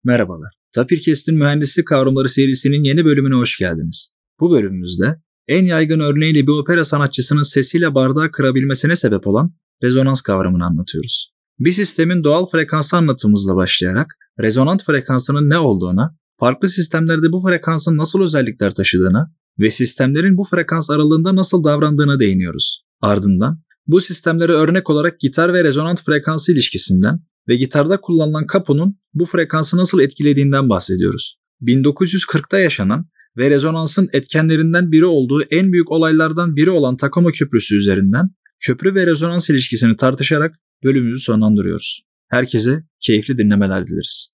Merhabalar. Tapirkest'in mühendislik kavramları serisinin yeni bölümüne hoş geldiniz. Bu bölümümüzde en yaygın örneğiyle bir opera sanatçısının sesiyle bardağı kırabilmesine sebep olan rezonans kavramını anlatıyoruz. Bir sistemin doğal frekansı anlatımımızla başlayarak rezonant frekansının ne olduğuna, farklı sistemlerde bu frekansın nasıl özellikler taşıdığına ve sistemlerin bu frekans aralığında nasıl davrandığına değiniyoruz. Ardından bu sistemlere örnek olarak gitar ve rezonant frekansı ilişkisinden ve gitarda kullanılan kaponun bu frekansı nasıl etkilediğinden bahsediyoruz. 1940'ta yaşanan ve rezonansın etkenlerinden biri olduğu en büyük olaylardan biri olan Takoma Köprüsü üzerinden köprü ve rezonans ilişkisini tartışarak bölümümüzü sonlandırıyoruz. Herkese keyifli dinlemeler dileriz.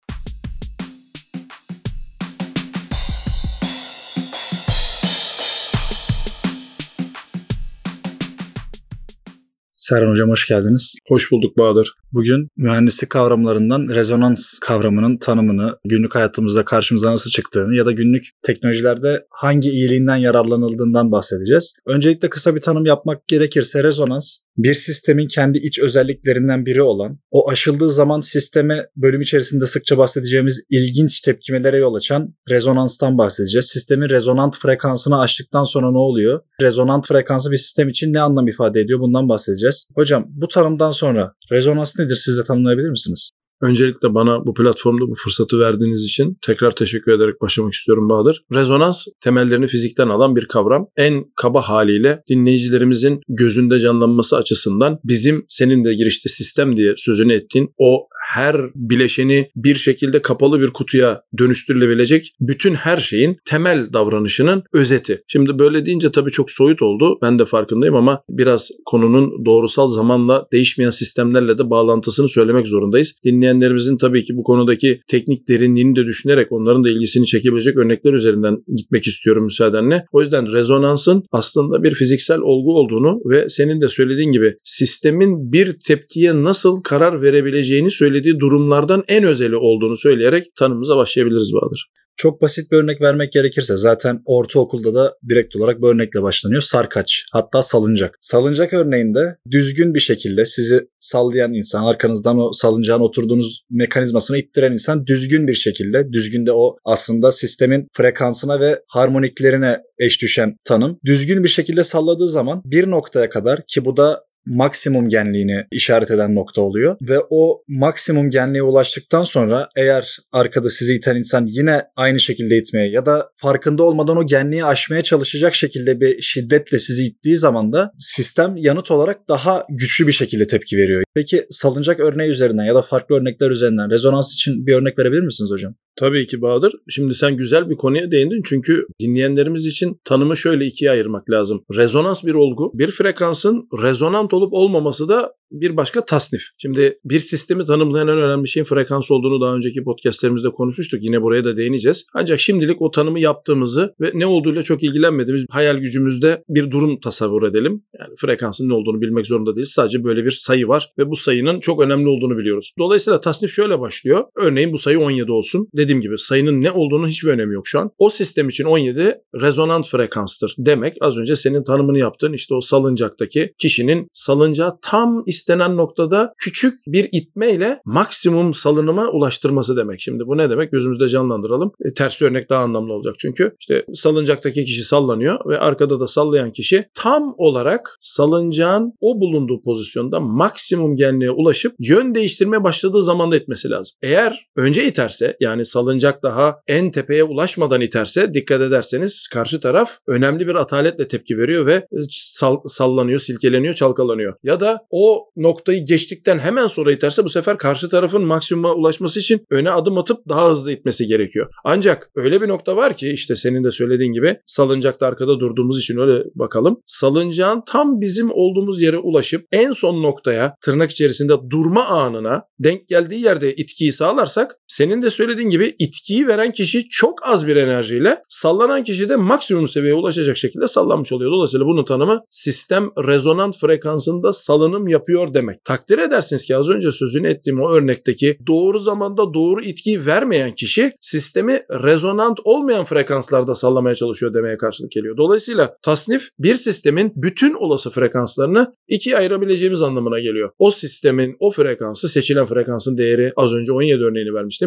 Serhan Hocam hoş geldiniz. Hoş bulduk Bahadır. Bugün mühendislik kavramlarından rezonans kavramının tanımını, günlük hayatımızda karşımıza nasıl çıktığını ya da günlük teknolojilerde hangi iyiliğinden yararlanıldığından bahsedeceğiz. Öncelikle kısa bir tanım yapmak gerekirse rezonans, bir sistemin kendi iç özelliklerinden biri olan, o aşıldığı zaman sisteme bölüm içerisinde sıkça bahsedeceğimiz ilginç tepkimelere yol açan rezonanstan bahsedeceğiz. Sistemin rezonant frekansını aştıktan sonra ne oluyor? Rezonant frekansı bir sistem için ne anlam ifade ediyor? Bundan bahsedeceğiz. Hocam bu tanımdan sonra rezonans nedir? Siz de tanımlayabilir misiniz? Öncelikle bana bu platformda bu fırsatı verdiğiniz için tekrar teşekkür ederek başlamak istiyorum Bahadır. Rezonans temellerini fizikten alan bir kavram. En kaba haliyle dinleyicilerimizin gözünde canlanması açısından bizim senin de girişte sistem diye sözünü ettiğin o her bileşeni bir şekilde kapalı bir kutuya dönüştürülebilecek bütün her şeyin temel davranışının özeti. Şimdi böyle deyince tabii çok soyut oldu. Ben de farkındayım ama biraz konunun doğrusal zamanla değişmeyen sistemlerle de bağlantısını söylemek zorundayız. Dinleyenlerimizin tabii ki bu konudaki teknik derinliğini de düşünerek onların da ilgisini çekebilecek örnekler üzerinden gitmek istiyorum müsaadenle. O yüzden rezonansın aslında bir fiziksel olgu olduğunu ve senin de söylediğin gibi sistemin bir tepkiye nasıl karar verebileceğini söylediği durumlardan en özeli olduğunu söyleyerek tanımımıza başlayabiliriz Bahadır. Çok basit bir örnek vermek gerekirse zaten ortaokulda da direkt olarak bu örnekle başlanıyor. Sarkaç, hatta salıncak. Salıncak örneğinde düzgün bir şekilde sizi sallayan insan, arkanızdan o salıncağın oturduğunuz mekanizmasını ittiren insan düzgün bir şekilde, düzgün de o aslında sistemin frekansına ve harmoniklerine eş düşen tanım. Düzgün bir şekilde salladığı zaman bir noktaya kadar, ki bu da maksimum genliğini işaret eden nokta oluyor ve o maksimum genliğe ulaştıktan sonra eğer arkada sizi iten insan yine aynı şekilde itmeye ya da farkında olmadan o genliği aşmaya çalışacak şekilde bir şiddetle sizi ittiği zaman da sistem yanıt olarak daha güçlü bir şekilde tepki veriyor. Peki salıncak örneği üzerinden ya da farklı örnekler üzerinden rezonans için bir örnek verebilir misiniz hocam? Tabii ki Bahadır. Şimdi sen güzel bir konuya değindin çünkü dinleyenlerimiz için tanımı şöyle ikiye ayırmak lazım. Rezonans bir olgu, bir frekansın rezonant olup olmaması da bir başka tasnif. Şimdi bir sistemi tanımlayan en önemli şeyin frekans olduğunu daha önceki podcastlerimizde konuşmuştuk. Yine buraya da değineceğiz. Ancak şimdilik o tanımı yaptığımızı ve ne olduğuyla çok ilgilenmediğimiz hayal gücümüzde bir durum tasavvur edelim. Yani frekansın ne olduğunu bilmek zorunda değiliz. Sadece böyle bir sayı var ve bu sayının çok önemli olduğunu biliyoruz. Dolayısıyla tasnif şöyle başlıyor. Örneğin bu sayı 17 olsun. Dediğim gibi sayının ne olduğunun hiçbir önemi yok şu an. O sistem için 17 rezonant frekanstır demek. Az önce senin tanımını yaptığın işte o salıncaktaki kişinin salıncağı tam istenen noktada küçük bir itmeyle maksimum salınıma ulaştırması demek. Şimdi bu ne demek? Gözümüzde canlandıralım. Tersi örnek daha anlamlı olacak çünkü. İşte salıncaktaki kişi sallanıyor ve arkada da sallayan kişi tam olarak salıncağın o bulunduğu pozisyonda maksimum genliğe ulaşıp yön değiştirmeye başladığı zamanda itmesi lazım. Eğer önce iterse, yani salıncak daha en tepeye ulaşmadan iterse, dikkat ederseniz karşı taraf önemli bir ataletle tepki veriyor ve sallanıyor, silkeleniyor, çalkalanıyor. Ya da o noktayı geçtikten hemen sonra iterse bu sefer karşı tarafın maksimuma ulaşması için öne adım atıp daha hızlı itmesi gerekiyor. Ancak öyle bir nokta var ki işte senin de söylediğin gibi salıncakta arkada durduğumuz için öyle bakalım. Salıncağın tam bizim olduğumuz yere ulaşıp en son noktaya, tırnak içerisinde durma anına denk geldiği yerde itkiyi sağlarsak senin de söylediğin gibi itkiyi veren kişi çok az bir enerjiyle, sallanan kişi de maksimum seviyeye ulaşacak şekilde sallanmış oluyor. Dolayısıyla bunun tanımı sistem rezonant frekansında salınım yapıyor demek. Takdir edersiniz ki az önce sözünü ettiğim o örnekteki doğru zamanda doğru itkiyi vermeyen kişi sistemi rezonant olmayan frekanslarda sallamaya çalışıyor demeye karşılık geliyor. Dolayısıyla tasnif bir sistemin bütün olası frekanslarını ikiye ayırabileceğimiz anlamına geliyor. O sistemin o frekansı, seçilen frekansın değeri az önce 17 örneğini vermiştim.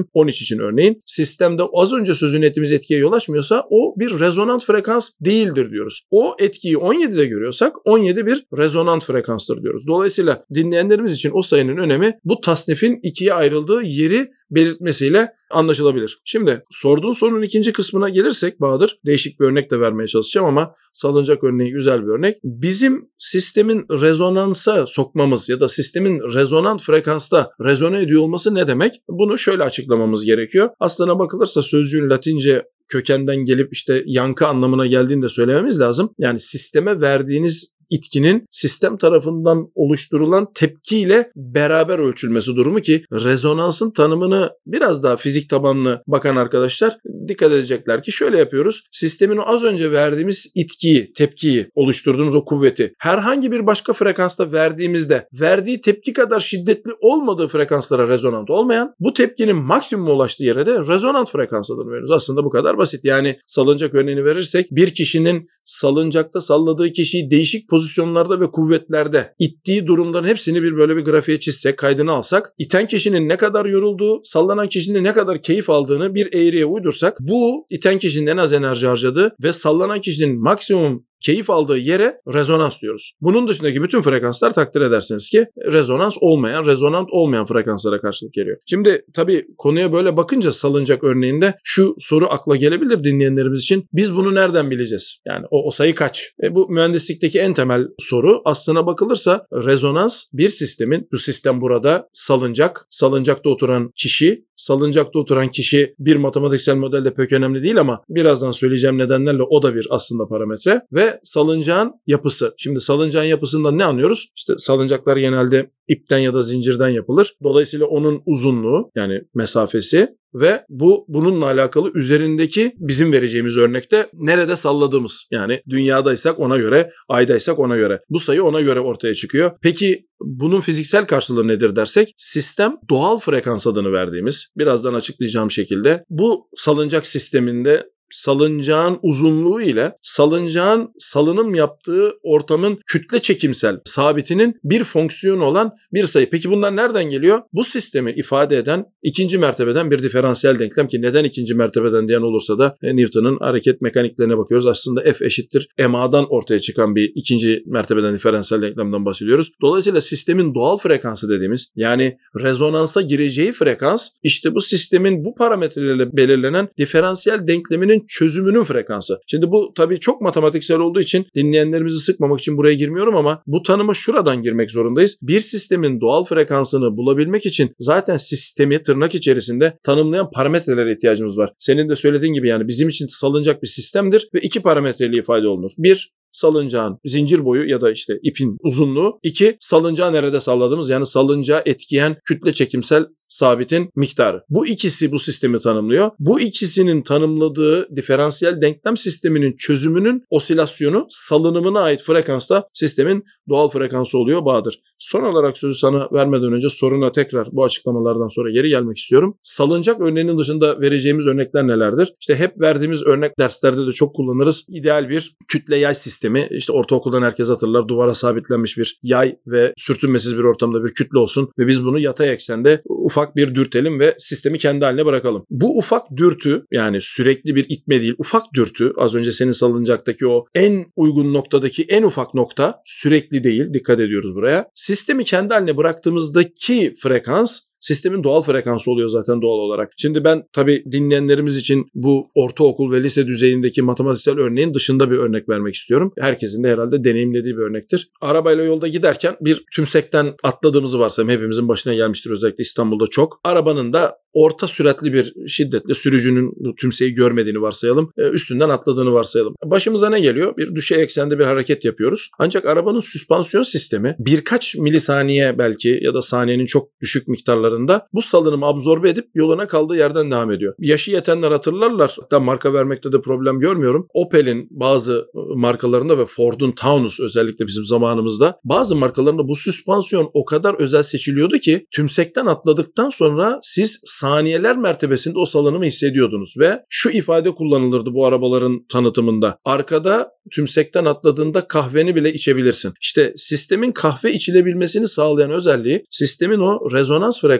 diyelim 13 için örneğin sistemde az önce sözünü ettiğimiz etkiye yol açmıyorsa o bir rezonant frekans değildir diyoruz. O etkiyi 17'de görüyorsak 17 bir rezonant frekanstır diyoruz. Dolayısıyla dinleyenlerimiz için o sayının önemi bu tasnifin ikiye ayrıldığı yeri belirtmesiyle anlaşılabilir. Şimdi sorduğun sorunun ikinci kısmına gelirsek Bahadır, değişik bir örnek de vermeye çalışacağım ama salıncak örneği güzel bir örnek. Bizim sistemin rezonansa sokmamız ya da sistemin rezonant frekansta rezone ediyor olması ne demek? Bunu şöyle açıklamamız gerekiyor. Aslına bakılırsa sözcüğün Latince kökenden gelip işte yankı anlamına geldiğini de söylememiz lazım. Yani sisteme verdiğiniz itkinin sistem tarafından oluşturulan tepkiyle beraber ölçülmesi durumu ki rezonansın tanımını biraz daha fizik tabanlı bakan arkadaşlar dikkat edecekler ki şöyle yapıyoruz. Sistemin o az önce verdiğimiz itkiyi, tepkiyi, oluşturduğumuz o kuvveti herhangi bir başka frekansta verdiğimizde verdiği tepki kadar şiddetli olmadığı frekanslara rezonant olmayan, bu tepkinin maksimuma ulaştığı yere de rezonant frekans adını veriyoruz. Aslında bu kadar basit. Yani salıncak örneğini verirsek bir kişinin salıncakta salladığı kişiyi değişik pozisyonlarda ve kuvvetlerde ittiği durumların hepsini böyle bir grafiğe çizsek, kaydını alsak, iten kişinin ne kadar yorulduğu, sallanan kişinin ne kadar keyif aldığını bir eğriye uydursak, bu iten kişinin en az enerji harcadığı ve sallanan kişinin maksimum keyif aldığı yere rezonans diyoruz. Bunun dışındaki bütün frekanslar takdir edersiniz ki rezonans olmayan, rezonant olmayan frekanslara karşılık geliyor. Şimdi tabii konuya böyle bakınca salıncak örneğinde şu soru akla gelebilir dinleyenlerimiz için. Biz bunu nereden bileceğiz? Yani o sayı kaç? Bu mühendislikteki en temel soru. Aslına bakılırsa rezonans bir sistemin, bu sistem burada salıncak, salıncakta oturan kişi, salıncakta oturan kişi bir matematiksel modelde pek önemli değil ama birazdan söyleyeceğim nedenlerle o da bir aslında parametre ve salıncağın yapısı. Şimdi salıncağın yapısından ne anlıyoruz? İşte salıncaklar genelde ipten ya da zincirden yapılır. Dolayısıyla onun uzunluğu yani mesafesi ve bununla alakalı üzerindeki bizim vereceğimiz örnekte nerede salladığımız. Yani dünyadaysak ona göre, aydaysak ona göre. Bu sayı ona göre ortaya çıkıyor. Peki bunun fiziksel karşılığı nedir dersek sistem doğal frekans adını verdiğimiz birazdan açıklayacağım şekilde bu salıncak sisteminde salıncağın uzunluğu ile salıncağın salınım yaptığı ortamın kütle çekimsel sabitinin bir fonksiyonu olan bir sayı. Peki bunlar nereden geliyor? Bu sistemi ifade eden ikinci mertebeden bir diferansiyel denklem ki neden ikinci mertebeden diyen olursa da Newton'un hareket mekaniklerine bakıyoruz. Aslında F eşittir MA'dan ortaya çıkan bir ikinci mertebeden diferansiyel denklemden bahsediyoruz. Dolayısıyla sistemin doğal frekansı dediğimiz yani rezonansa gireceği frekans işte bu sistemin bu parametrelerle belirlenen diferansiyel denkleminin çözümünün frekansı. Şimdi bu tabii çok matematiksel olduğu için dinleyenlerimizi sıkmamak için buraya girmiyorum ama bu tanıma şuradan girmek zorundayız. Bir sistemin doğal frekansını bulabilmek için zaten sistemi tırnak içerisinde tanımlayan parametrelere ihtiyacımız var. Senin de söylediğin gibi yani bizim için salıncak bir sistemdir ve iki parametreyle ifade olunur. Bir, salıncağın zincir boyu ya da işte ipin uzunluğu. 2. Salıncağı nerede salladığımız yani salıncağı etkileyen kütle çekimsel sabitin miktarı. Bu ikisi bu sistemi tanımlıyor. Bu ikisinin tanımladığı diferansiyel denklem sisteminin çözümünün osilasyonu salınımına ait frekansta sistemin doğal frekansı oluyor Bahadır. Son olarak sözü sana vermeden önce soruna tekrar bu açıklamalardan sonra geri gelmek istiyorum. Salıncak örneğinin dışında vereceğimiz örnekler nelerdir? İşte hep verdiğimiz örnek derslerde de çok kullanırız. İdeal bir kütle yay sistemi. İşte ortaokuldan herkes hatırlar. Duvara sabitlenmiş bir yay ve sürtünmesiz bir ortamda bir kütle olsun ve biz bunu yatay eksende ufak bir dürtelim ve sistemi kendi haline bırakalım. Bu ufak dürtü yani sürekli bir itme değil, ufak dürtü az önce senin salıncaktaki o en uygun noktadaki en ufak nokta sürekli değil. Dikkat ediyoruz buraya. Sistemi kendi haline bıraktığımızdaki frekans sistemin doğal frekansı oluyor zaten doğal olarak. Şimdi ben tabii dinleyenlerimiz için bu ortaokul ve lise düzeyindeki matematiksel örneğin dışında bir örnek vermek istiyorum. Herkesin de herhalde deneyimlediği bir örnektir. Arabayla yolda giderken bir tümsekten atladığımızı varsayalım. Hepimizin başına gelmiştir özellikle İstanbul'da çok. Arabanın da orta süratli bir şiddetle sürücünün bu tümseyi görmediğini varsayalım. Üstünden atladığını varsayalım. Başımıza ne geliyor? Bir düşey eksende bir hareket yapıyoruz. Ancak arabanın süspansiyon sistemi birkaç milisaniye belki ya da saniyenin çok düşük miktarlarında bu salınımı absorbe edip yoluna kaldığı yerden devam ediyor. Yaşı yetenler hatırlarlar. Hatta marka vermekte de problem görmüyorum. Opel'in bazı markalarında ve Ford'un Taunus özellikle bizim zamanımızda bazı markalarında bu süspansiyon o kadar özel seçiliyordu ki tümsekten atladıktan sonra siz saniyeler mertebesinde o salınımı hissediyordunuz ve şu ifade kullanılırdı bu arabaların tanıtımında. Arkada tümsekten atladığında kahveni bile içebilirsin. İşte sistemin kahve içilebilmesini sağlayan özelliği sistemin o rezonans frekansını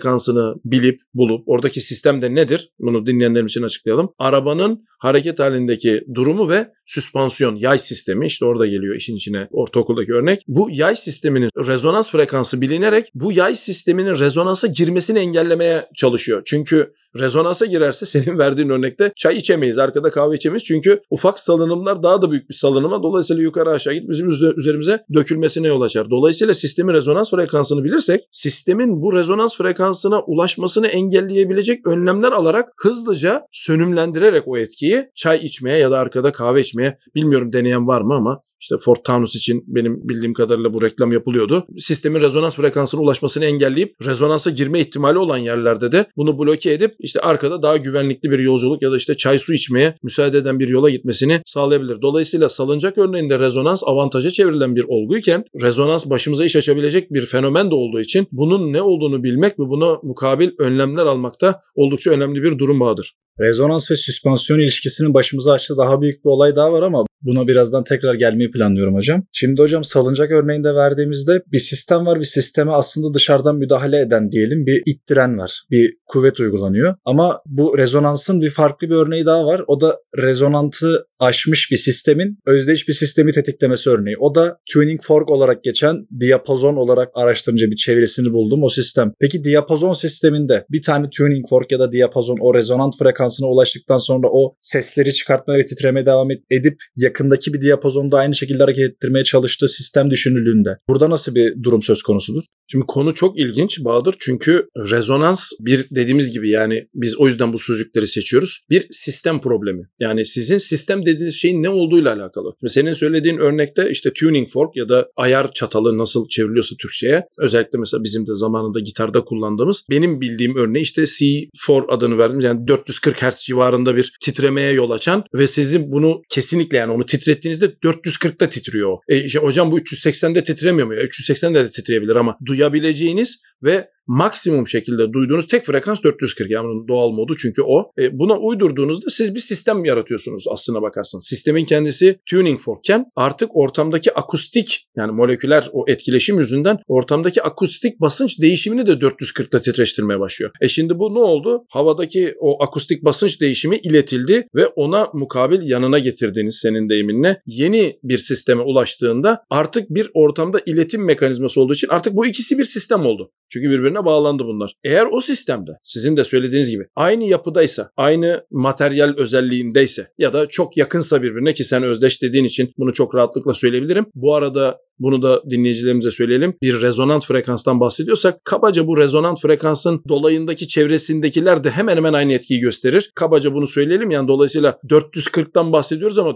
frekansını bilip bulup oradaki sistem de nedir? Bunu dinleyenlerimiz için açıklayalım. Arabanın hareket halindeki durumu ve süspansiyon, yay sistemi, işte orada geliyor işin içine ortaokuldaki örnek. Bu yay sisteminin rezonans frekansı bilinerek bu yay sisteminin rezonansa girmesini engellemeye çalışıyor. Çünkü rezonansa girerse senin verdiğin örnekte çay içemeyiz, arkada kahve içemeyiz. Çünkü ufak salınımlar daha da büyük bir salınıma, dolayısıyla yukarı aşağı gidip bizim üzerimize dökülmesine yol açar. Dolayısıyla sistemin rezonans frekansını bilirsek sistemin bu rezonans frekansına ulaşmasını engelleyebilecek önlemler alarak hızlıca sönümlendirerek o etkiyi çay içmeye ya da arkada kahve içmeye, bilmiyorum deneyen var mı ama İşte Ford Taunus için benim bildiğim kadarıyla bu reklam yapılıyordu. Sistemin rezonans frekansına ulaşmasını engelleyip rezonansa girme ihtimali olan yerlerde de bunu bloke edip işte arkada daha güvenlikli bir yolculuk ya da işte çay su içmeye müsaade eden bir yola gitmesini sağlayabilir. Dolayısıyla salıncak örneğinde rezonans avantaja çevrilen bir olguyken rezonans başımıza iş açabilecek bir fenomen de olduğu için bunun ne olduğunu bilmek ve buna mukabil önlemler almakta oldukça önemli bir durum bağıdır. Rezonans ve süspansiyon ilişkisinin başımıza açtığı daha büyük bir olay daha var ama buna birazdan tekrar gelmeyi planlıyorum hocam. Şimdi hocam salıncak örneğinde verdiğimizde bir sistem var. Bir sisteme aslında dışarıdan müdahale eden diyelim bir ittiren var. Bir kuvvet uygulanıyor. Ama bu rezonansın farklı bir örneği daha var. O da rezonantı aşmış bir sistemin özdeş bir sistemi tetiklemesi örneği. O da tuning fork olarak geçen diyapazon olarak araştırınca bir çevirisini buldum o sistem. Peki diyapazon sisteminde bir tane tuning fork ya da diyapazon o rezonant frekansına ulaştıktan sonra o sesleri çıkartmaya ve titremeye devam edip yakındaki bir diyapazonda aynı şekilde hareket ettirmeye çalıştığı sistem düşünüldüğünde burada nasıl bir durum söz konusudur? Şimdi konu çok ilginç Bahadır, çünkü rezonans bir dediğimiz gibi, yani biz o yüzden bu sözcükleri seçiyoruz. Bir sistem problemi. Yani sizin sistem dediğiniz şeyin ne olduğuyla alakalı. Senin söylediğin örnekte işte tuning fork ya da ayar çatalı nasıl çevriliyorsa Türkçe'ye, özellikle mesela bizim de zamanında gitarda kullandığımız, benim bildiğim örneği işte C4 adını verdim. Yani 440 Hz civarında bir titremeye yol açan ve sizin bunu kesinlikle, yani onu titrettiğinizde 440'ta titriyor o. Hocam bu 380'de titremiyor mu? 380'de de titreyebilir ama duyabileceğiniz ve maksimum şekilde duyduğunuz tek frekans 440, yani bunun doğal modu çünkü o. Buna uydurduğunuzda siz bir sistem yaratıyorsunuz aslına bakarsanız. Sistemin kendisi tuning forkken artık ortamdaki akustik, yani moleküler o etkileşim yüzünden ortamdaki akustik basınç değişimini de 440'ta titreştirmeye başlıyor. Şimdi bu ne oldu? Havadaki o akustik basınç değişimi iletildi ve ona mukabil yanına getirdiğiniz, senin deyiminle, yeni bir sisteme ulaştığında artık bir ortamda iletim mekanizması olduğu için artık bu ikisi bir sistem oldu. Çünkü birbirine bağlandı bunlar. Eğer o sistemde sizin de söylediğiniz gibi aynı yapıdaysa, aynı materyal özelliğindeyse ya da çok yakınsa birbirine, ki sen özdeş dediğin için bunu çok rahatlıkla söyleyebilirim. Bu arada bunu da dinleyicilerimize söyleyelim. Bir rezonant frekanstan bahsediyorsak kabaca bu rezonant frekansın dolayındaki çevresindekiler de hemen hemen aynı etkiyi gösterir. Kabaca bunu söyleyelim. Yani dolayısıyla 440'tan bahsediyoruz ama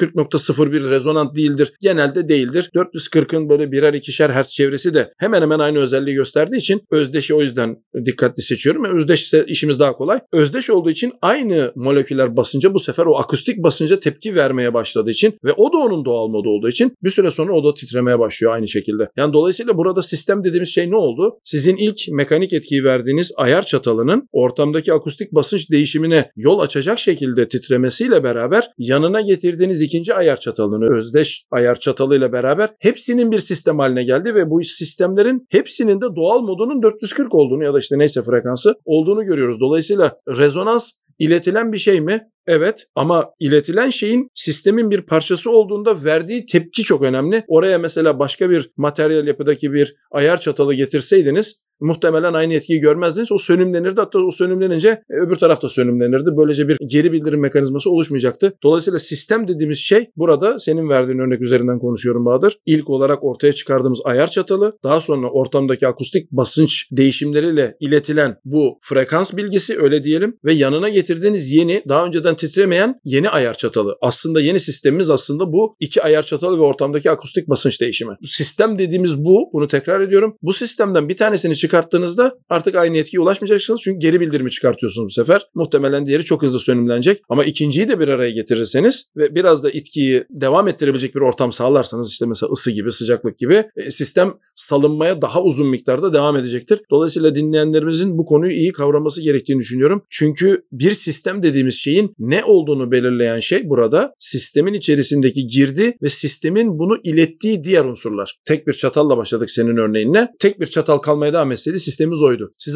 440.01 rezonant değildir. Genelde değildir. 440'ın böyle birer ikişer hertz çevresi de hemen hemen aynı özelliği gösterdiği için özdeşi o yüzden dikkatli seçiyorum. Özdeşse işimiz daha kolay. Özdeş olduğu için aynı moleküler basınca bu sefer o akustik basınca tepki vermeye başladığı için ve o da onun doğal modu olduğu için bir süre sonra o da titremeye başlıyor aynı şekilde. Yani dolayısıyla burada sistem dediğimiz şey ne oldu? Sizin ilk mekanik etkiyi verdiğiniz ayar çatalının ortamdaki akustik basınç değişimine yol açacak şekilde titremesiyle beraber yanına getirdiğiniz ikinci ayar çatalını, özdeş ayar çatalıyla beraber hepsinin bir sistem haline geldi ve bu sistemlerin hepsinin de doğal modunun 440 olduğunu ya da işte neyse frekansı olduğunu görüyoruz. Dolayısıyla rezonans iletilen bir şey mi? Evet, ama iletilen şeyin sistemin bir parçası olduğunda verdiği tepki çok önemli. Oraya mesela başka bir materyal yapıdaki bir ayar çatalı getirseydiniz muhtemelen aynı etkiyi görmezdiniz. O sönümlenirdi. Hatta o sönümlenince öbür taraf da sönümlenirdi. Böylece bir geri bildirim mekanizması oluşmayacaktı. Dolayısıyla sistem dediğimiz şey burada, senin verdiğin örnek üzerinden konuşuyorum Bahadır. İlk olarak ortaya çıkardığımız ayar çatalı, daha sonra ortamdaki akustik basınç değişimleriyle iletilen bu frekans bilgisi, öyle diyelim, ve yanına getirdiğiniz yeni, daha önceden titremeyen yeni ayar çatalı. Aslında yeni sistemimiz aslında bu iki ayar çatalı ve ortamdaki akustik basınç değişimi. Sistem dediğimiz bu. Bunu tekrar ediyorum. Bu sistemden bir tanesini çıkarttığınızda artık aynı etkiye ulaşmayacaksınız. Çünkü geri bildirimi çıkartıyorsunuz bu sefer. Muhtemelen diğeri çok hızlı sönümlenecek. Ama ikinciyi de bir araya getirirseniz ve biraz da etkiyi devam ettirebilecek bir ortam sağlarsanız, işte mesela ısı gibi, sıcaklık gibi, sistem salınmaya daha uzun miktarda devam edecektir. Dolayısıyla dinleyenlerimizin bu konuyu iyi kavraması gerektiğini düşünüyorum. Çünkü bir sistem dediğimiz şeyin ne olduğunu belirleyen şey burada sistemin içerisindeki girdi ve sistemin bunu ilettiği diğer unsurlar. Tek bir çatalla başladık senin örneğinle. Tek bir çatal kalmaya devam etseydi sistemimiz oydu. Siz ama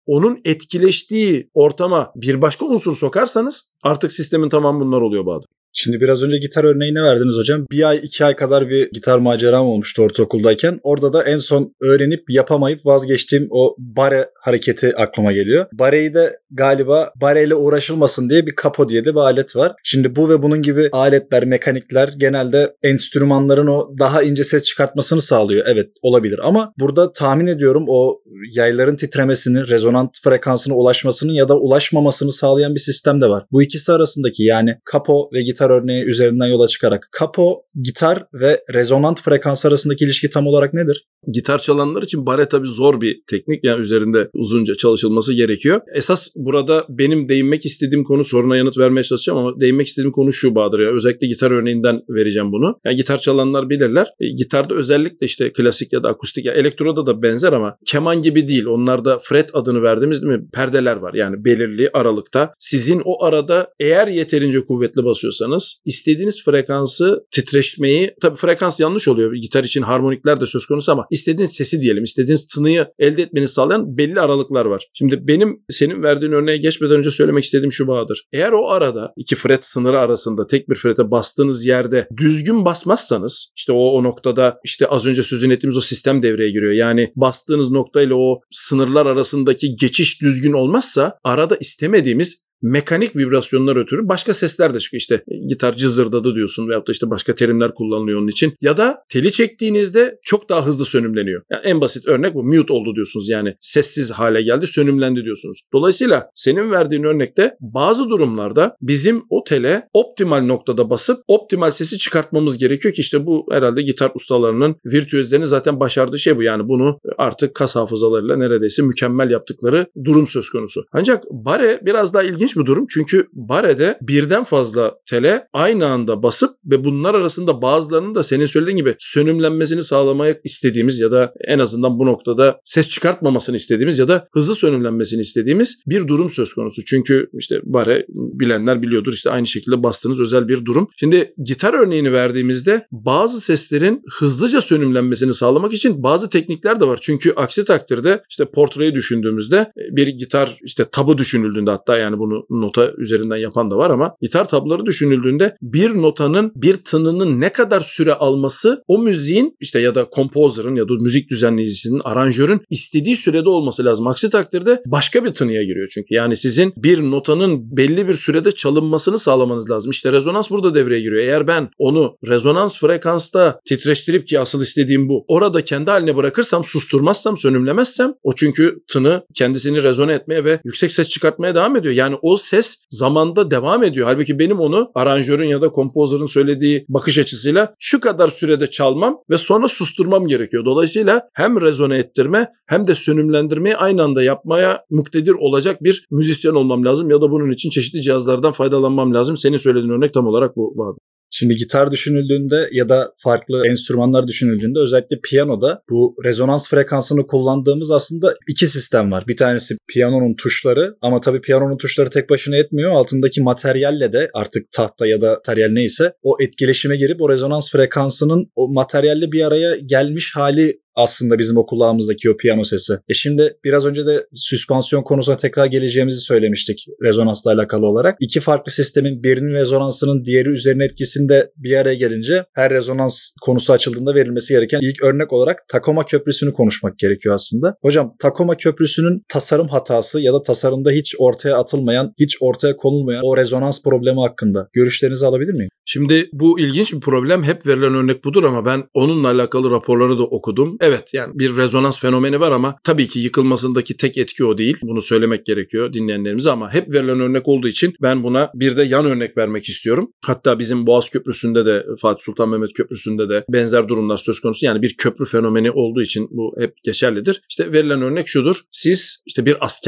onun etkileştiği ortama bir başka unsur sokarsanız artık sistemin tamamı bunlar oluyor Bahadır. Şimdi biraz önce gitar örneğini verdiniz hocam. 1 ay 2 ay kadar bir gitar maceram olmuştu ortaokuldayken. Orada da en son öğrenip yapamayıp vazgeçtiğim o bare hareketi aklıma geliyor. Bareyi de galiba bareyle uğraşılmasın diye bir kapo diye de bir alet var. Şimdi bu ve bunun gibi aletler, mekanikler genelde enstrümanların o daha ince ses çıkartmasını sağlıyor. Evet, olabilir ama burada tahmin ediyorum o yayların titremesini, rezonant frekansına ulaşmasının ya da ulaşmamasını sağlayan bir sistem de var. Bu ikisi arasındaki yani kapo ve gitar örneği üzerinden yola çıkarak kapo, gitar ve rezonant frekans arasındaki ilişki tam olarak nedir? Gitar çalanlar için bare tabii zor bir teknik. Yani üzerinde uzunca çalışılması gerekiyor. Esas burada benim değinmek istediğim konu, soruna yanıt vermeye çalışacağım ama değinmek istediğim konu şu Bahadır ya. Özellikle gitar örneğinden vereceğim bunu. Yani gitar çalanlar bilirler. Gitarda özellikle işte klasik ya da akustik, ya elektroda da benzer ama keman gibi değil. Onlarda fret adını verdiğimiz değil mi? Perdeler var. Yani belirli aralıkta. Sizin o arada eğer yeterince kuvvetli basıyorsanız istediğiniz frekansı, titreşmeyi, tabii frekans yanlış oluyor. Gitar için harmonikler de söz konusu ama istediğiniz sesi diyelim, istediğiniz tınıyı elde etmenizi sağlayan belli aralıklar var. Şimdi benim senin verdiğin örneğe geçmeden önce söylemek istediğim şu Bahadır. Eğer o arada iki fret sınırı arasında tek bir frete bastığınız yerde düzgün basmazsanız işte o noktada işte az önce sözünü ettiğimiz o sistem devreye giriyor. Yani bastığınız noktayla o sınırlar arasındaki geçiş düzgün olmazsa arada istemediğimiz mekanik vibrasyonlar ötürü başka sesler de çıkıyor. İşte gitar cızırdadı diyorsun veyahut da işte başka terimler kullanılıyor onun için. Ya da teli çektiğinizde çok daha hızlı sönümleniyor. Yani en basit örnek bu. Mute oldu diyorsunuz. Yani sessiz hale geldi, sönümlendi diyorsunuz. Dolayısıyla senin verdiğin örnekte bazı durumlarda bizim o tele optimal noktada basıp optimal sesi çıkartmamız gerekiyor ki işte bu herhalde gitar ustalarının, virtüözlerinin zaten başardığı şey bu. Yani bunu artık kas hafızalarıyla neredeyse mükemmel yaptıkları durum söz konusu. Ancak bare biraz daha ilginç bir durum. Çünkü barede birden fazla tele aynı anda basıp ve bunlar arasında bazılarının da senin söylediğin gibi sönümlenmesini sağlamaya istediğimiz ya da en azından bu noktada ses çıkartmamasını istediğimiz ya da hızlı sönümlenmesini istediğimiz bir durum söz konusu. Çünkü işte bare bilenler biliyordur işte aynı şekilde bastığınız özel bir durum. Şimdi gitar örneğini verdiğimizde bazı seslerin hızlıca sönümlenmesini sağlamak için bazı teknikler de var. Çünkü aksi takdirde işte portreyi düşündüğümüzde bir gitar işte tabı düşünüldüğünde hatta yani bunu nota üzerinden yapan da var ama gitar tabları düşünüldüğünde bir notanın, bir tınının ne kadar süre alması o müziğin işte ya da composer'ın ya da müzik düzenleyicisinin, aranjörün istediği sürede olması lazım. Aksi takdirde başka bir tınıya giriyor çünkü. Yani sizin bir notanın belli bir sürede çalınmasını sağlamanız lazım. İşte rezonans burada devreye giriyor. Eğer ben onu rezonans frekansta titreştirip ki asıl istediğim bu. Orada kendi haline bırakırsam, susturmazsam, sönümlemezsem o çünkü tını kendisini rezone etmeye ve yüksek ses çıkartmaya devam ediyor. Yani o ses zamanda devam ediyor. Halbuki benim onu aranjörün ya da kompozörün söylediği bakış açısıyla şu kadar sürede çalmam ve sonra susturmam gerekiyor. Dolayısıyla hem rezone ettirme hem de sönümlendirmeyi aynı anda yapmaya muktedir olacak bir müzisyen olmam lazım ya da bunun için çeşitli cihazlardan faydalanmam lazım. Senin söylediğin örnek tam olarak bu. Şimdi gitar düşünüldüğünde ya da farklı enstrümanlar düşünüldüğünde özellikle piyanoda bu rezonans frekansını kullandığımız aslında iki sistem var. Bir tanesi piyanonun tuşları ama tabii piyanonun tuşları tek başına yetmiyor. Altındaki materyalle de artık tahta ya da materyal neyse o etkileşime girip o rezonans frekansının o materyalle bir araya gelmiş hali aslında bizim o kulağımızdaki o piyano sesi. Şimdi biraz önce de süspansiyon konusuna tekrar geleceğimizi söylemiştik rezonansla alakalı olarak. İki farklı sistemin birinin rezonansının diğeri üzerine etkisinde bir araya gelince her rezonans konusu açıldığında verilmesi gereken ilk örnek olarak Takoma Köprüsü'nü konuşmak gerekiyor aslında. Hocam Takoma Köprüsü'nün tasarım hatası ya da tasarımda hiç ortaya atılmayan, hiç ortaya konulmayan o rezonans problemi hakkında görüşlerinizi alabilir miyim? Şimdi bu ilginç bir problem. Hep verilen örnek budur ama ben onunla alakalı raporları da okudum. Evet yani bir rezonans fenomeni var ama tabii ki yıkılmasındaki tek etki o değil. Bunu söylemek gerekiyor dinleyenlerimize ama hep verilen örnek olduğu için ben buna bir de yan örnek vermek istiyorum. Hatta bizim Boğaz Köprüsü'nde de Fatih Sultan Mehmet Köprüsü'nde de benzer durumlar söz konusu. Yani bir köprü fenomeni olduğu için bu hep geçerlidir. İşte verilen örnek şudur. Siz işte bir asker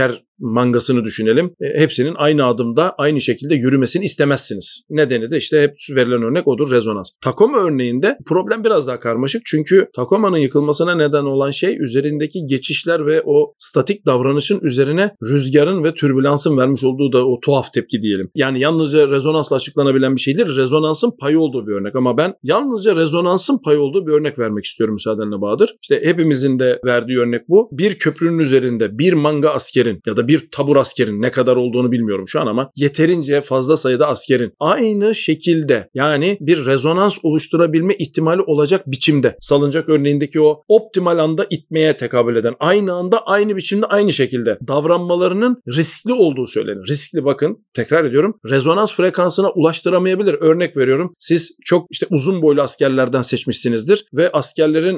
mangasını düşünelim. Hepsinin aynı adımda aynı şekilde yürümesini istemezsiniz. Nedeni de işte hep verilen örnek odur, rezonans. Takoma örneğinde problem biraz daha karmaşık. Çünkü Takoma'nın yıkılmasına neden olan şey üzerindeki geçişler ve o statik davranışın üzerine rüzgarın ve türbülansın vermiş olduğu da o tuhaf tepki diyelim. Yani yalnızca rezonansla açıklanabilen bir şeydir. Rezonansın payı olduğu bir örnek ama ben yalnızca rezonansın payı olduğu bir örnek vermek istiyorum müsaadenle Bahadır. İşte hepimizin de verdiği örnek bu. Bir köprünün üzerinde bir manga askerin ya da bir tabur askerin, ne kadar olduğunu bilmiyorum şu an ama yeterince fazla sayıda askerin aynı şekilde, yani bir rezonans oluşturabilme ihtimali olacak biçimde, salıncak örneğindeki o optimal anda itmeye tekabül eden, aynı anda aynı biçimde aynı şekilde davranmalarının riskli olduğu söylenir. Riskli, bakın tekrar ediyorum, rezonans frekansına ulaştıramayabilir. Örnek veriyorum, siz çok işte uzun boylu askerlerden seçmişsinizdir ve askerlerin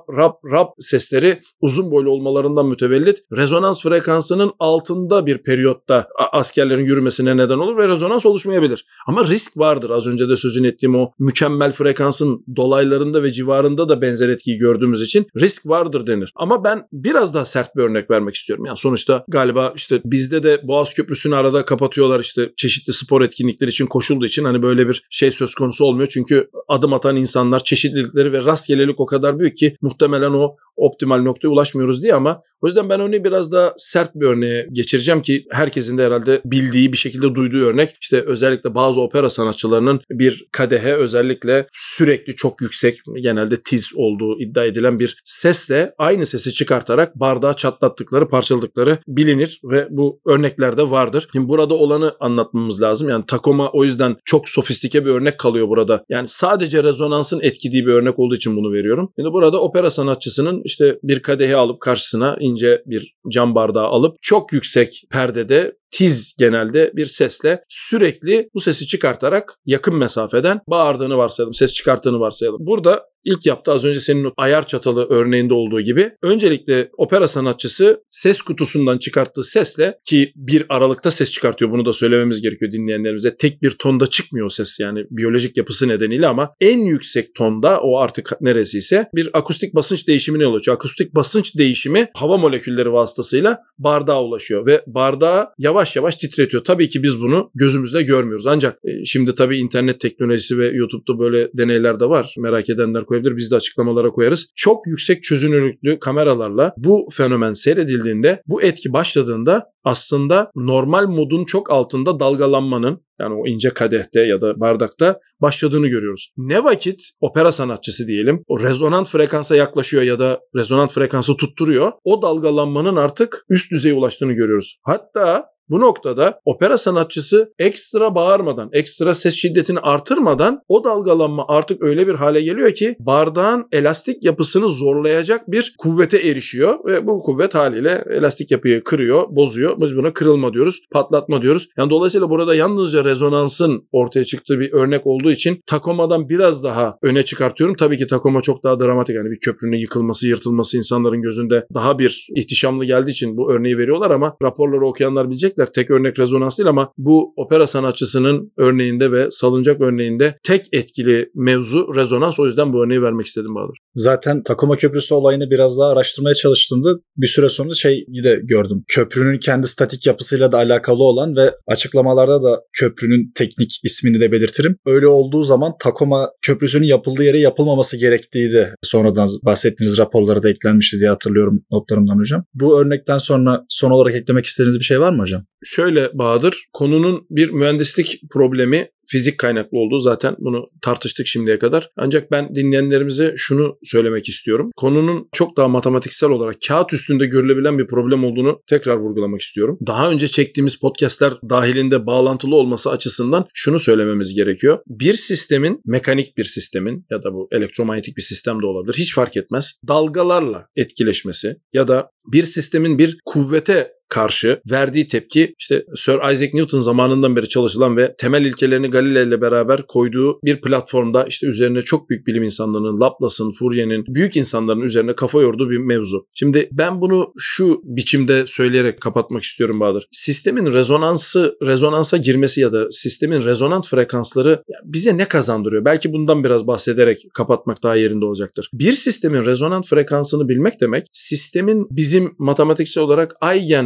rap sesleri uzun boylu olmalarından mütevellit rezonans frekansının altında bir periyotta askerlerin yürümesine neden olur ve rezonans oluşmayabilir. Ama risk vardır. Az önce de sözünü ettiğim o mükemmel frekansın dolaylarında ve civarında da benzer etkiyi gördüğümüz için risk vardır denir. Ama ben biraz daha sert bir örnek vermek istiyorum. Yani sonuçta galiba işte bizde de Boğaz Köprüsü'nü arada kapatıyorlar işte çeşitli spor etkinlikleri için, koşulduğu için hani böyle bir şey söz konusu olmuyor. Çünkü adım atan insanlar, çeşitlilikleri ve rastgelelik o kadar büyük ki muhtemelen o optimal noktaya ulaşmıyoruz diye, ama o yüzden ben örneği biraz daha sert bir örneğe geçireceğim ki herkesin de herhalde bildiği, bir şekilde duyduğu örnek. İşte özellikle bazı opera sanatçılarının bir kadehe özellikle sürekli çok yüksek, genelde tiz olduğu iddia edilen bir sesle aynı sesi çıkartarak bardağı çatlattıkları, parçaladıkları bilinir ve bu örnekler de vardır. Şimdi burada olanı anlatmamız lazım. Yani Takoma o yüzden çok sofistike bir örnek kalıyor burada. Yani sadece rezonansın etkilediği bir örnek olduğu için bunu veriyorum. Şimdi burada opera sanatçısının işte bir kadehi alıp karşısına ince bir cam bardağı alıp çok yüksek perdede tiz genelde bir sesle sürekli bu sesi çıkartarak yakın mesafeden bağırdığını varsayalım, ses çıkarttığını varsayalım. Burada ilk yaptığı, az önce senin ayar çatalı örneğinde olduğu gibi, öncelikle opera sanatçısı ses kutusundan çıkarttığı sesle, ki bir aralıkta ses çıkartıyor, bunu da söylememiz gerekiyor dinleyenlerimize. Tek bir tonda çıkmıyor ses, yani biyolojik yapısı nedeniyle, ama en yüksek tonda, o artık neresiyse, bir akustik basınç değişimine yol açıyor. Akustik basınç değişimi hava molekülleri vasıtasıyla bardağa ulaşıyor ve bardağı yavaş yavaş titretiyor. Tabii ki biz bunu gözümüzle görmüyoruz. Ancak şimdi tabii internet teknolojisi ve YouTube'da böyle deneyler de var. Merak edenler koyabilir. Biz de açıklamalara koyarız. Çok yüksek çözünürlüklü kameralarla bu fenomen seyredildiğinde, bu etki başladığında aslında normal modun çok altında dalgalanmanın, yani o ince kadehte ya da bardakta başladığını görüyoruz. Ne vakit opera sanatçısı diyelim o rezonant frekansa yaklaşıyor ya da rezonant frekansı tutturuyor, o dalgalanmanın artık üst düzeye ulaştığını görüyoruz. Hatta bu noktada opera sanatçısı ekstra bağırmadan, ekstra ses şiddetini artırmadan o dalgalanma artık öyle bir hale geliyor ki bardağın elastik yapısını zorlayacak bir kuvvete erişiyor ve bu kuvvet haliyle elastik yapıyı kırıyor, bozuyor. Biz buna kırılma diyoruz, patlatma diyoruz. Yani dolayısıyla burada yalnızca rezonansın ortaya çıktığı bir örnek olduğu için Takoma'dan biraz daha öne çıkartıyorum. Tabii ki Takoma çok daha dramatik. Yani bir köprünün yıkılması, yırtılması insanların gözünde daha bir ihtişamlı geldiği için bu örneği veriyorlar, ama raporları okuyanlar bilecek. Tek örnek rezonans değil, ama bu opera sanatçısının örneğinde ve salıncak örneğinde tek etkili mevzu rezonans. O yüzden bu örneği vermek istedim Bahadır. Zaten Takoma Köprüsü olayını biraz daha araştırmaya çalıştığımda bir süre sonra şeyi de gördüm. Köprünün kendi statik yapısıyla da alakalı olan ve açıklamalarda da köprünün teknik ismini de belirtirim. Öyle olduğu zaman Takoma Köprüsü'nün yapıldığı yere yapılmaması gerektiği de sonradan bahsettiğiniz raporlara da eklenmişti diye hatırlıyorum notlarımdan hocam. Bu örnekten sonra son olarak eklemek istediğiniz bir şey var mı hocam? Şöyle Bahadır, konunun bir mühendislik problemi, fizik kaynaklı olduğu, zaten bunu tartıştık şimdiye kadar. Ancak ben dinleyenlerimize şunu söylemek istiyorum. Konunun çok daha matematiksel olarak kağıt üstünde görülebilen bir problem olduğunu tekrar vurgulamak istiyorum. Daha önce çektiğimiz podcastler dahilinde bağlantılı olması açısından şunu söylememiz gerekiyor. Bir sistemin, mekanik bir sistemin ya da bu elektromanyetik bir sistem de olabilir, hiç fark etmez, dalgalarla etkileşmesi ya da bir sistemin bir kuvvete karşı verdiği tepki, işte Sir Isaac Newton zamanından beri çalışılan ve temel ilkelerini Galileo ile beraber koyduğu bir platformda işte üzerine çok büyük bilim insanlarının, Laplace'ın, Fourier'in, büyük insanların üzerine kafa yorduğu bir mevzu. Şimdi ben bunu şu biçimde söyleyerek kapatmak istiyorum Bahadır. Sistemin rezonansa girmesi ya da sistemin rezonant frekansları bize ne kazandırıyor? Belki bundan biraz bahsederek kapatmak daha yerinde olacaktır. Bir sistemin rezonant frekansını bilmek demek, sistemin bizim matematiksel olarak eigen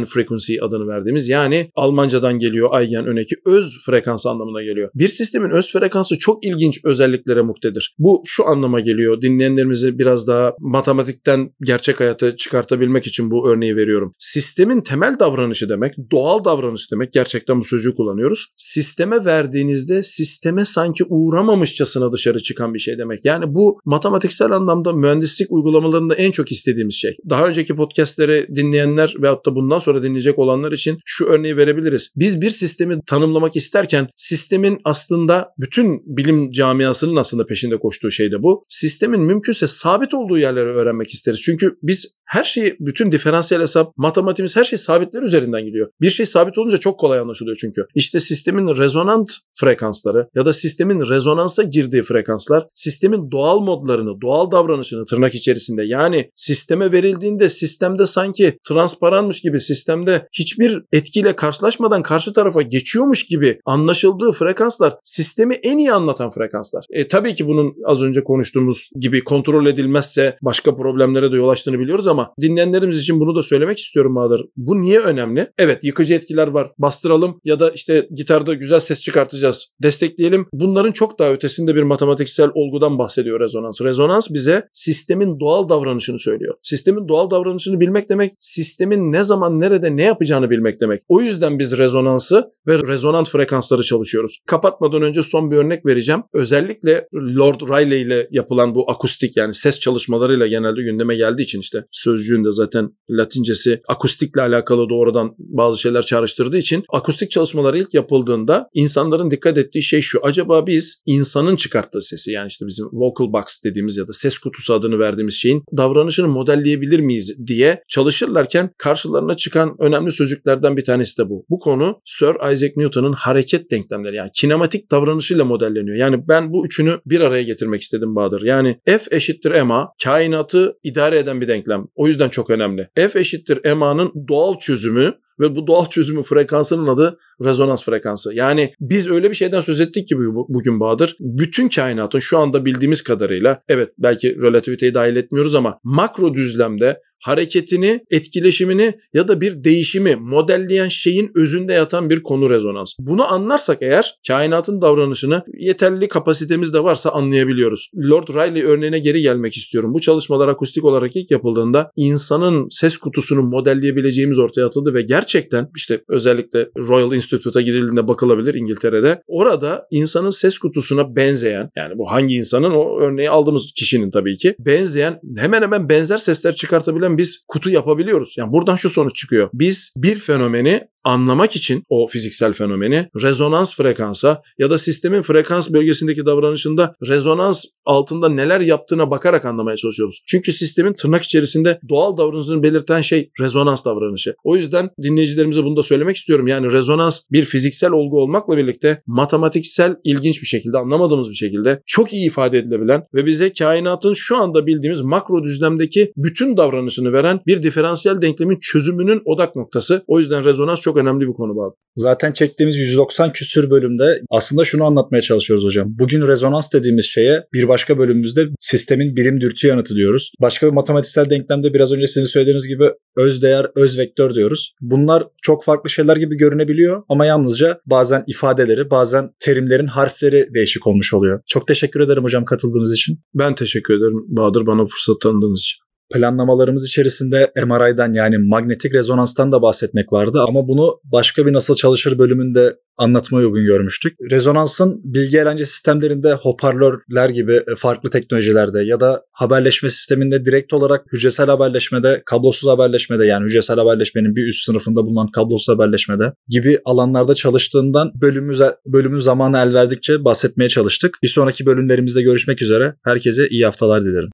Eigenfrequency adını verdiğimiz, yani Almancadan geliyor Eigen öneki, öz frekans anlamına geliyor. Bir sistemin öz frekansı çok ilginç özelliklere muktedir. Bu şu anlama geliyor. Dinleyenlerimizi biraz daha matematikten gerçek hayata çıkartabilmek için bu örneği veriyorum. Sistemin temel davranışı demek, doğal davranış demek. Gerçekten bu sözcüğü kullanıyoruz. Sisteme verdiğinizde sisteme sanki uğramamışçasına dışarı çıkan bir şey demek. Yani bu matematiksel anlamda mühendislik uygulamalarında en çok istediğimiz şey. Daha önceki podcastleri dinleyenler veyahut da bundan sonra dinleyecek olanlar için şu örneği verebiliriz. Biz bir sistemi tanımlamak isterken sistemin aslında bütün bilim camiasının aslında peşinde koştuğu şey de bu. Sistemin mümkünse sabit olduğu yerleri öğrenmek isteriz. Çünkü biz her şeyi, bütün diferansiyel hesap, matematiğimiz, her şey sabitler üzerinden gidiyor. Bir şey sabit olunca çok kolay anlaşılıyor çünkü. İşte sistemin rezonant frekansları ya da sistemin rezonansa girdiği frekanslar, sistemin doğal modlarını, doğal davranışını tırnak içerisinde, yani sisteme verildiğinde sistemde sanki transparanmış gibi, sistemde hiçbir etkiyle karşılaşmadan karşı tarafa geçiyormuş gibi anlaşıldığı frekanslar sistemi en iyi anlatan frekanslar. Tabii ki bunun az önce konuştuğumuz gibi kontrol edilmezse başka problemlere de yol açtığını biliyoruz ama dinleyenlerimiz için bunu da söylemek istiyorum Bahadır. Bu niye önemli? Evet, yıkıcı etkiler var. Bastıralım ya da işte gitarda güzel ses çıkartacağız, destekleyelim. Bunların çok daha ötesinde bir matematiksel olgudan bahsediyor rezonans. Rezonans bize sistemin doğal davranışını söylüyor. Sistemin doğal davranışını bilmek demek, sistemin ne zaman, nerede, ne yapacağını bilmek demek. O yüzden biz rezonansı ve rezonant frekansları çalışıyoruz. Kapatmadan önce son bir örnek vereceğim. Özellikle Lord Rayleigh ile yapılan bu akustik, yani ses çalışmalarıyla genelde gündeme geldiği için, işte sözcüğün de zaten Latincesi akustikle alakalı doğrudan bazı şeyler çağrıştırdığı için, akustik çalışmalar ilk yapıldığında insanların dikkat ettiği şey şu: acaba biz insanın çıkarttığı sesi, yani işte bizim vocal box dediğimiz ya da ses kutusu adını verdiğimiz şeyin davranışını modelleyebilir miyiz diye çalışırlarken karşılarına çıkan önemli sözcüklerden bir tanesi de bu. Bu konu Sir Isaac Newton'un hareket denklemleri, yani kinematik davranışıyla modelleniyor. Yani ben bu üçünü bir araya getirmek istedim Bahadır. Yani F eşittir ma, kainatı idare eden bir denklem. O yüzden çok önemli. F eşittir ma'nın doğal çözümü ve bu doğal çözümü frekansının adı rezonans frekansı. Yani biz öyle bir şeyden söz ettik ki bugün Bahadır, bütün kainatın şu anda bildiğimiz kadarıyla, evet belki relativiteyi dahil etmiyoruz ama makro düzlemde hareketini, etkileşimini ya da bir değişimi modelleyen şeyin özünde yatan bir konu rezonans. Bunu anlarsak eğer kainatın davranışını yeterli kapasitemiz de varsa anlayabiliyoruz. Lord Rayleigh örneğine geri gelmek istiyorum. Bu çalışmalar akustik olarak ilk yapıldığında insanın ses kutusunu modelleyebileceğimiz ortaya atıldı ve gerçekten işte özellikle Royal Institute'a gidildiğinde bakılabilir İngiltere'de. Orada insanın ses kutusuna benzeyen, yani bu hangi insanın, o örneği aldığımız kişinin tabii ki benzeyen, hemen hemen benzer sesler çıkartabilen biz kutu yapabiliyoruz. Yani buradan şu sonuç çıkıyor: biz bir fenomeni anlamak için, o fiziksel fenomeni rezonans frekansa ya da sistemin frekans bölgesindeki davranışında rezonans altında neler yaptığına bakarak anlamaya çalışıyoruz. Çünkü sistemin tırnak içerisinde doğal davranışını belirten şey rezonans davranışı. O yüzden dinleyicilerimize bunu da söylemek istiyorum. Yani rezonans bir fiziksel olgu olmakla birlikte matematiksel, ilginç bir şekilde, anlamadığımız bir şekilde çok iyi ifade edilebilen ve bize kainatın şu anda bildiğimiz makro düzlemdeki bütün davranışını veren bir diferansiyel denklemin çözümünün odak noktası. O yüzden rezonans çok önemli bir konu bu. Zaten çektiğimiz 190 küsür bölümde aslında şunu anlatmaya çalışıyoruz hocam. Bugün rezonans dediğimiz şeye bir başka bölümümüzde sistemin birim dürtü yanıtı diyoruz. Başka bir matematiksel denklemde biraz önce sizin söylediğiniz gibi öz değer, öz vektör diyoruz. Bunlar çok farklı şeyler gibi görünebiliyor ama yalnızca bazen ifadeleri, bazen terimlerin harfleri değişik olmuş oluyor. Çok teşekkür ederim hocam katıldığınız için. Ben teşekkür ederim Bahadır, bana fırsat tanıdığınız için. Planlamalarımız içerisinde MRI'dan, yani manyetik rezonanstan da bahsetmek vardı ama bunu başka bir nasıl çalışır bölümünde anlatmayı uygun görmüştük. Rezonansın bilgi eğlence sistemlerinde, hoparlörler gibi farklı teknolojilerde ya da haberleşme sisteminde direkt olarak hücresel haberleşmede, kablosuz haberleşmede, yani hücresel haberleşmenin bir üst sınıfında bulunan kablosuz haberleşmede gibi alanlarda çalıştığından bölümün zamanı el verdikçe bahsetmeye çalıştık. Bir sonraki bölümlerimizde görüşmek üzere. Herkese iyi haftalar dilerim.